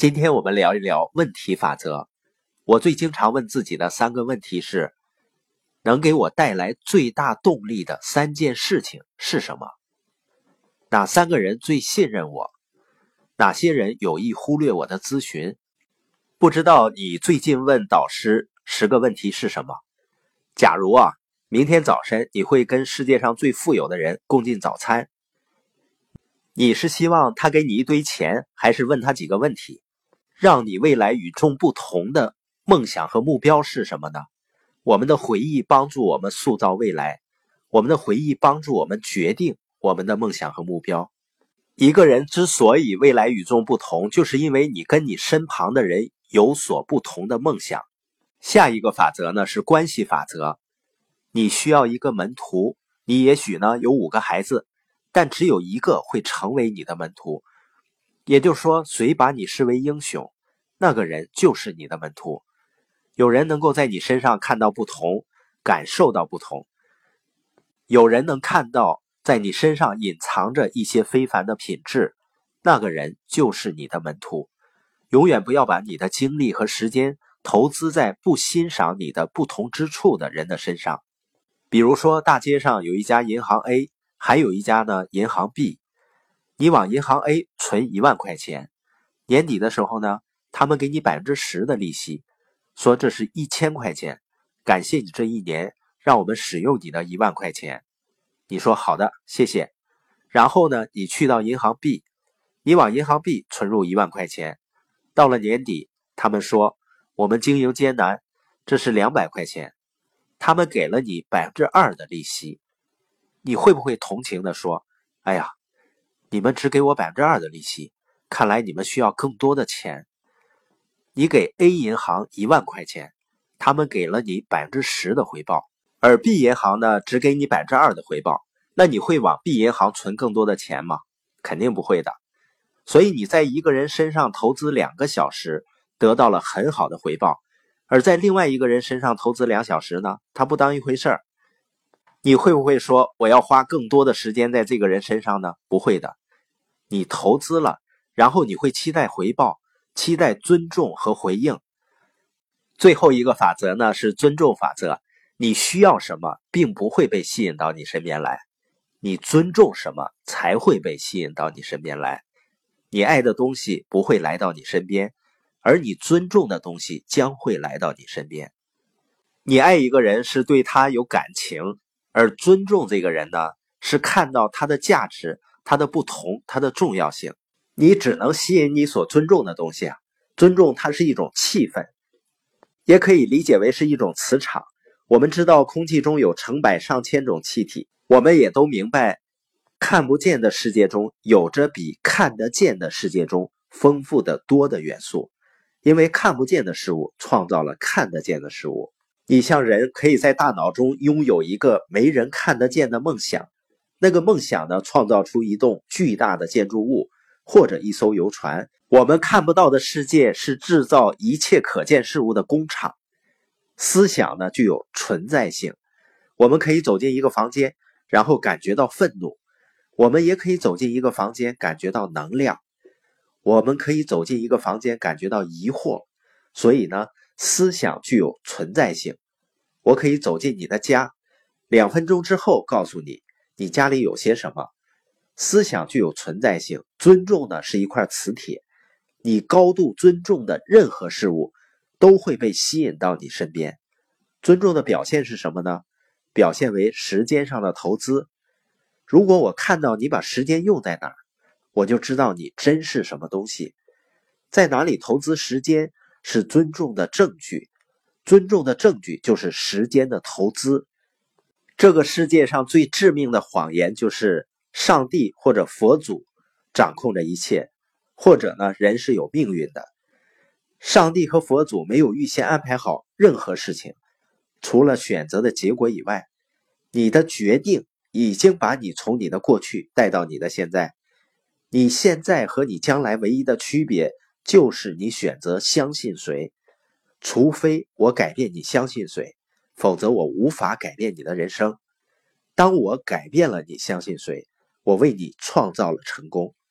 今天我们聊一聊问题法则。我最经常问自己的3个问题是：能给我带来最大动力的3件事情是什么？哪3个人最信任我？哪些人有意忽略我的咨询？不知道你最近问导师10个问题是什么？假如明天早晨你会跟世界上最富有的人共进早餐，你是希望他给你一堆钱，还是问他几个问题？让你未来与众不同的梦想和目标是什么呢？我们的回忆帮助我们塑造未来，我们的回忆帮助我们决定我们的梦想和目标。一个人之所以未来与众不同，就是因为你跟你身旁的人有所不同的梦想。下一个法则呢是关系法则。你需要一个门徒，你也许呢有5个孩子，但只有1个会成为你的门徒。也就是说，谁把你视为英雄，那个人就是你的门徒。有人能够在你身上看到不同，感受到不同。有人能看到在你身上隐藏着一些非凡的品质，那个人就是你的门徒。永远不要把你的精力和时间投资在不欣赏你的不同之处的人的身上。比如说，大街上有一家银行 A， 还有一家呢银行 B。你往银行 A 存1万块钱，年底的时候呢，他们给你 10% 的利息，说这是1000块钱，感谢你这一年让我们使用你的1万块钱。你说好的，谢谢。然后呢，你去到银行 B， 你往银行 B 存入1万块钱，到了年底，他们说我们经营艰难，这是200块钱，他们给了你 2% 的利息。你会不会同情地说，哎呀，你们只给我 2% 的利息，看来你们需要更多的钱。你给 A 银行1万块钱，他们给了你 10% 的回报，而 B 银行呢只给你 2% 的回报。那你会往 B 银行存更多的钱吗？肯定不会的。所以你在一个人身上投资2个小时，得到了很好的回报，而在另外一个人身上投资2小时呢，他不当一回事儿。你会不会说我要花更多的时间在这个人身上呢？不会的。你投资了，然后你会期待回报，期待尊重和回应。最后一个法则呢是尊重法则。你需要什么并不会被吸引到你身边来，你尊重什么才会被吸引到你身边来。你爱的东西不会来到你身边，而你尊重的东西将会来到你身边。你爱一个人是对他有感情，而尊重这个人呢是看到他的价值，它的不同，它的重要性。你只能吸引你所尊重的东西尊重它是一种气氛，也可以理解为是一种磁场。我们知道空气中有成百上千种气体，我们也都明白看不见的世界中有着比看得见的世界中丰富的多的元素，因为看不见的事物创造了看得见的事物。你像人可以在大脑中拥有一个没人看得见的梦想，那个梦想呢，创造出一栋巨大的建筑物或者一艘游船。我们看不到的世界是制造一切可见事物的工厂。思想呢具有存在性，我们可以走进一个房间，然后感觉到愤怒，我们也可以走进一个房间感觉到能量，我们可以走进一个房间感觉到疑惑。所以呢，思想具有存在性。我可以走进你的家，2分钟之后告诉你你家里有些什么。思想具有存在性。尊重呢是一块磁铁，你高度尊重的任何事物都会被吸引到你身边。尊重的表现是什么呢？表现为时间上的投资。如果我看到你把时间用在哪儿，我就知道你珍视什么东西。在哪里投资时间是尊重的证据，尊重的证据就是时间的投资。这个世界上最致命的谎言就是上帝或者佛祖掌控着一切，或者呢，人是有命运的。上帝和佛祖没有预先安排好任何事情，除了选择的结果以外，你的决定已经把你从你的过去带到你的现在。你现在和你将来唯一的区别就是你选择相信谁。除非我改变你相信谁，否则我无法改变你的人生。当我改变了你相信谁，我为你创造了成功。